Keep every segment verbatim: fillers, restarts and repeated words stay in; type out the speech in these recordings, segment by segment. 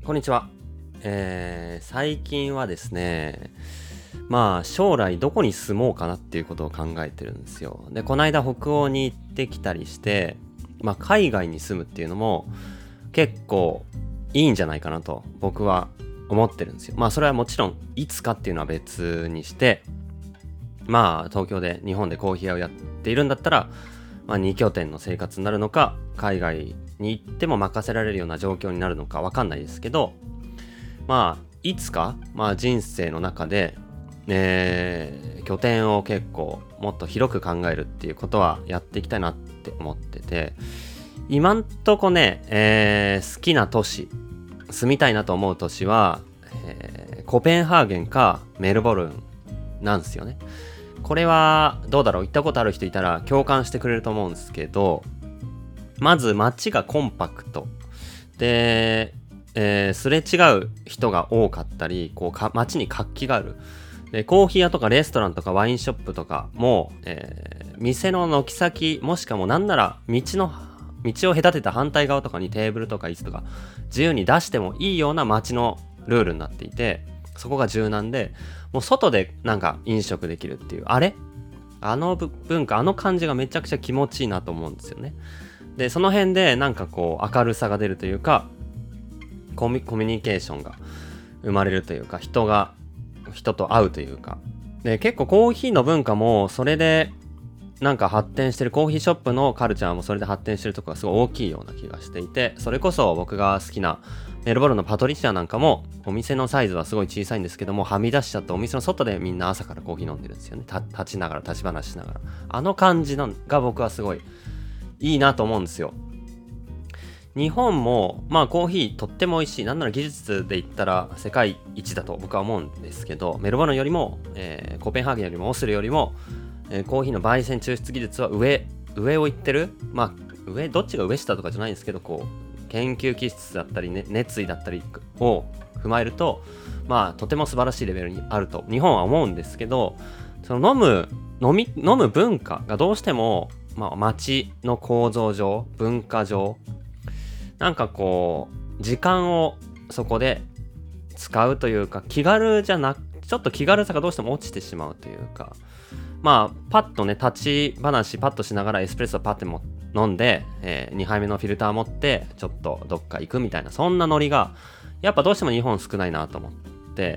こんにちは、えー、最近はですねまあ将来どこに住もうかなっていうことを考えてるんですよ。でこの間北欧に行ってきたりして、まあ、海外に住むっていうのも結構いいんじゃないかなと僕は思ってるんですよ。まあそれはもちろんいつかっていうのは別にして、まあ東京で日本でコーヒー屋をやっているんだったら、まあ、に拠点の生活になるのか、海外に行っても任せられるような状況になるのかわかんないですけど、まあいつか、まあ、人生の中で、えー、拠点を結構もっと広く考えるっていうことはやっていきたいなって思ってて、今んとこね、えー、好きな都市、住みたいなと思う都市は、えー、コペンハーゲンかメルボルンなんですよね。これはどうだろう、行ったことある人いたら共感してくれると思うんですけど、まず街がコンパクトで、えー、すれ違う人が多かったり、こうか街に活気がある。でコーヒー屋とかレストランとかワインショップとかも、えー、店の軒先、もしかもなんなら道の道を隔てた反対側とかにテーブルとか椅子とか自由に出してもいいような街のルールになっていて、そこが柔軟で、もう外でなんか飲食できるっていう、あれあの文化、あの感じがめちゃくちゃ気持ちいいなと思うんですよね。でその辺でなんかこう明るさが出るというか、コミ、コミュニケーションが生まれるというか、人が人と会うというか、で結構コーヒーの文化もそれでなんか発展してる、コーヒーショップのカルチャーもそれで発展してるところがすごい大きいような気がしていて、それこそ僕が好きなメルボルンのパトリシアなんかもお店のサイズはすごい小さいんですけども、はみ出しちゃってお店の外でみんな朝からコーヒー飲んでるんですよね。た立ちながら立ち話しながら、あの感じのが僕はすごいいいなと思うんですよ。日本もまあコーヒーとっても美味しい、なんなら技術で言ったら世界一だと僕は思うんですけど、メルボルンよりも、えー、コペンハーゲンよりもオスルよりも、えー、コーヒーの焙煎抽出技術は上上をいってる。まあ上、どっちが上下とかじゃないんですけど、こう研究気質だったり、ね、熱意だったりを踏まえると、まあとても素晴らしいレベルにあると日本は思うんですけど、その飲む飲み飲む文化がどうしても、まあ、街の構造上、文化上、なんかこう時間をそこで使うというか、気軽じゃなく、ちょっと気軽さがどうしても落ちてしまうというか、まあパッとね、立ち話パッとしながらエスプレッソパッても飲んで、えー、にはいめのフィルター持ってちょっとどっか行くみたいな、そんなノリがやっぱどうしても日本少ないなと思って、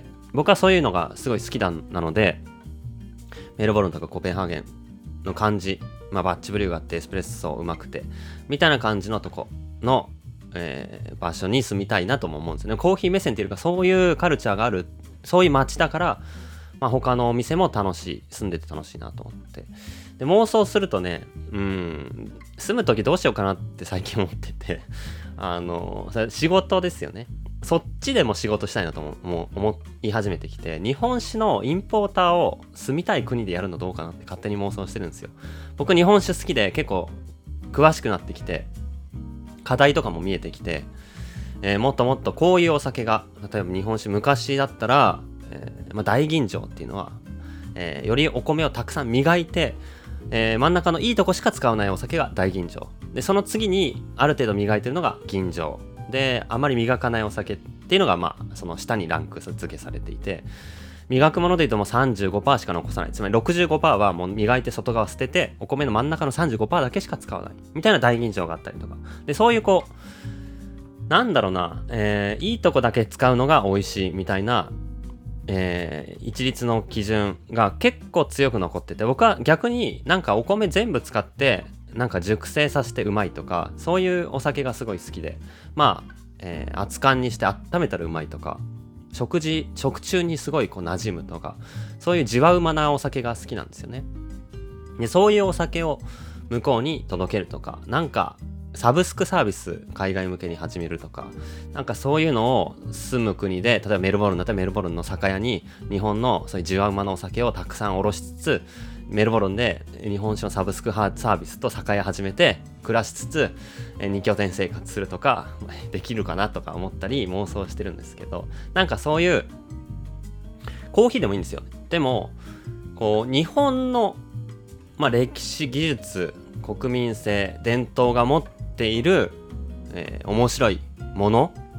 僕はそういうのがすごい好きだなので、メルボルンとかコペンハーゲンの感じ、まあバッチブリューがあってエスプレッソうまくてみたいな感じのとこの、えー、場所に住みたいなとも思うんですよね。コーヒー目線っていうか、そういうカルチャーがある、そういう街だから、まあ、他のお店も楽しい、住んでて楽しいなと思って、で妄想するとね、うん住む時どうしようかなって最近思っててあのそれ仕事ですよね。そっちでも仕事したいなとももう思い始めてきて、日本酒のインポーターを住みたい国でやるのどうかなって勝手に妄想してるんですよ。僕日本酒好きで結構詳しくなってきて、課題とかも見えてきて、えー、もっともっとこういうお酒が、例えば日本酒昔だったら、えーまあ、大吟醸っていうのは、えー、よりお米をたくさん磨いて、えー、真ん中のいいとこしか使わないお酒が大吟醸で、その次にある程度磨いてるのが吟醸で、あまり磨かないお酒っていうのが、まあその下にランク付けされていて、磨くものでいうともう さんじゅうごパーセント しか残さない、つまり ろくじゅうごパーセント はもう磨いて外側捨てて、お米の真ん中の さんじゅうごパーセント だけしか使わないみたいな大吟醸があったりとかで、そういうこうなんだろうな、えー、いいとこだけ使うのが美味しいみたいな、えー、一律の基準が結構強く残ってて、僕は逆になんかお米全部使ってなんか熟成させてうまいとか、そういうお酒がすごい好きで、まあ、えー、熱燗にして温めたらうまいとか、食事食中にすごいこう馴染むとか、そういうじわうまなお酒が好きなんですよね。でそういうお酒を向こうに届けるとか、なんかサブスクサービス海外向けに始めるとか、なんかそういうのを住む国で、例えばメルボルンだったらメルボルンの酒屋に日本のそういうじわうまのお酒をたくさん卸しつつ、メルボルンで日本酒のサブスクサービスと酒屋始めて暮らしつつに拠点生活するとかできるかなとか思ったり妄想してるんですけど、なんかそういうコーヒーでもいいんですよ。でもこう日本の、まあ、歴史技術国民性伝統が持っている、えー、面白いもの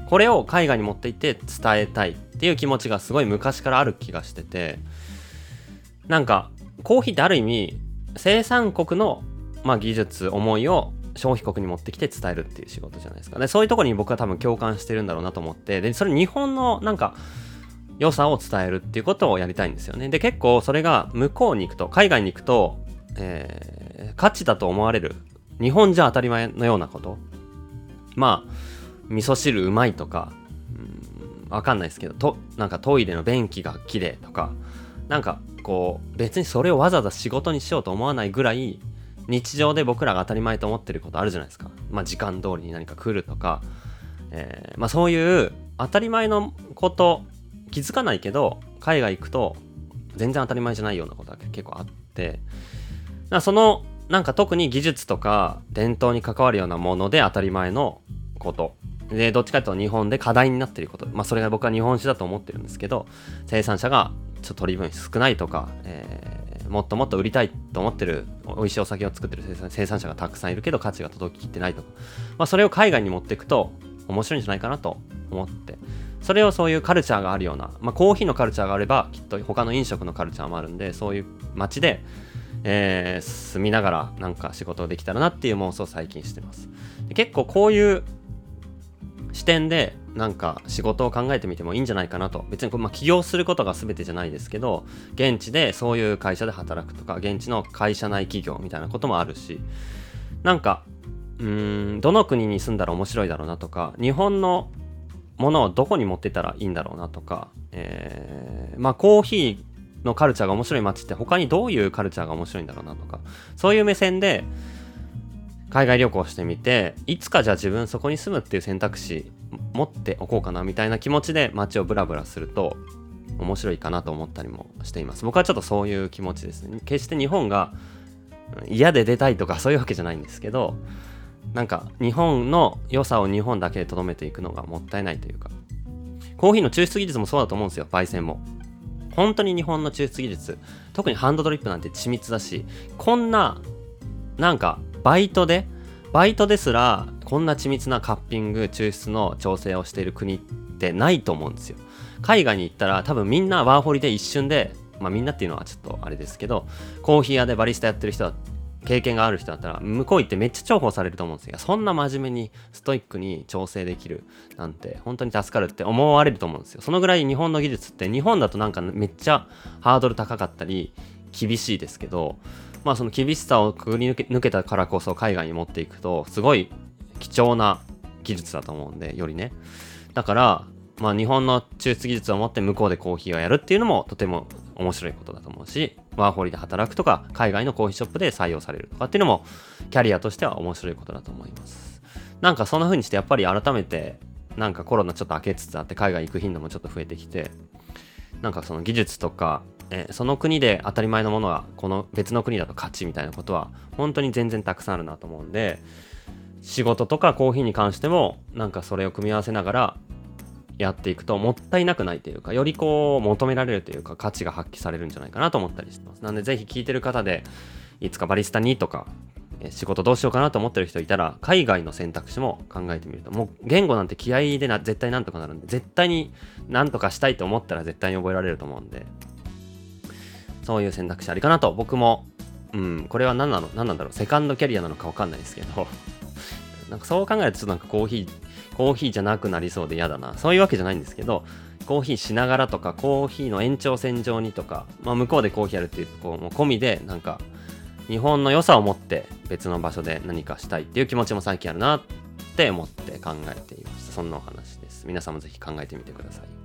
これを海外に持って行って伝えたいっていう気持ちがすごい昔からある気がしてて、なんかコーヒーってある意味生産国の、まあ、技術思いを消費国に持ってきて伝えるっていう仕事じゃないですか。でそういうところに僕は多分共感してるんだろうなと思って、でそれ日本のなんか良さを伝えるっていうことをやりたいんですよね。で結構それが向こうに行くと、海外に行くと、えー、価値だと思われる、日本じゃ当たり前のようなこと、まあ味噌汁うまいとか、うん、わかんないですけど、となんかトイレの便器が綺麗とか、なんかこう別にそれをわざわざ仕事にしようと思わないぐらい日常で僕らが当たり前と思ってることあるじゃないですか。まあ時間通りに何か来るとか、えー、まあそういう当たり前のこと気づかないけど海外行くと全然当たり前じゃないようなことが結構あって、だからそのなんか特に技術とか伝統に関わるようなもので当たり前のことで、どっちかというと日本で課題になっていること、まあそれが僕は日本酒だと思ってるんですけど、生産者がちょっと取り分少ないとか、えー、もっともっと売りたいと思ってる美味しいお酒を作ってる生産、生産者がたくさんいるけど価値が届ききってないとか、まあそれを海外に持っていくと面白いんじゃないかなと思って、それをそういうカルチャーがあるような、まあコーヒーのカルチャーがあればきっと他の飲食のカルチャーもあるんで、そういう街で、えー、住みながらなんか仕事できたらなっていう妄想を最近してます。で結構こういう視点でなんか仕事を考えてみてもいいんじゃないかなと。別にこう、まあ、起業することが全てじゃないですけど、現地でそういう会社で働くとか、現地の会社内企業みたいなこともあるし、なんかうーんどの国に住んだら面白いだろうなとか、日本のものをどこに持ってったらいいんだろうなとか、えー、まあコーヒーのカルチャーが面白い街って他にどういうカルチャーが面白いんだろうなとか、そういう目線で海外旅行してみて、いつかじゃあ自分そこに住むっていう選択肢持っておこうかなみたいな気持ちで街をブラブラすると面白いかなと思ったりもしています。僕はちょっとそういう気持ちですね。決して日本が嫌で出たいとかそういうわけじゃないんですけど、なんか日本の良さを日本だけで留めていくのがもったいないというか、コーヒーの抽出技術もそうだと思うんですよ。焙煎も本当に日本の抽出技術、特にハンドドリップなんて緻密だし、こんななんかバイトでバイトですらこんな緻密なカッピング抽出の調整をしている国ってないと思うんですよ。海外に行ったら多分みんなワーホリで一瞬で、まあみんなっていうのはちょっとあれですけど、コーヒー屋でバリスタやってる人は経験がある人だったら向こう行ってめっちゃ重宝されると思うんですよ。そんな真面目にストイックに調整できるなんて本当に助かるって思われると思うんですよ。そのぐらい日本の技術って、日本だとなんかめっちゃハードル高かったり厳しいですけど、まあその厳しさをくぐり抜け、抜けたからこそ海外に持っていくとすごい貴重な技術だと思うんで、よりね。だからまあ日本の抽出技術を持って向こうでコーヒーをやるっていうのもとても面白いことだと思うし、ワーホリで働くとか海外のコーヒーショップで採用されるとかっていうのもキャリアとしては面白いことだと思います。なんかそんな風にしてやっぱり改めてなんかコロナちょっと明けつつあって海外行く頻度もちょっと増えてきて、なんかその技術とかえその国で当たり前のものはこの別の国だと価値みたいなことは本当に全然たくさんあるなと思うんで、仕事とかコーヒーに関してもなんかそれを組み合わせながらやっていくともったいなくないというか、よりこう求められるというか価値が発揮されるんじゃないかなと思ったりしてます。なのでぜひ聞いてる方でいつかバリスタにとか仕事どうしようかなと思ってる人いたら、海外の選択肢も考えてみると、もう言語なんて気合でな絶対なんとかなるんで、絶対になんとかしたいと思ったら絶対に覚えられると思うんで、そういう選択肢ありかなと。僕もうんこれは何なの何なんだろう、セカンドキャリアなのか分かんないですけどなんかそう考えるとちょっとなんかコーヒーコーヒーじゃなくなりそうで嫌だな。そういうわけじゃないんですけど、コーヒーしながらとかコーヒーの延長線上にとか、まあ向こうでコーヒーやるっていうこうもう込みでなんか日本の良さを持って別の場所で何かしたいっていう気持ちも最近あるなって思って考えていました。そんなお話です。皆さんもぜひ考えてみてください。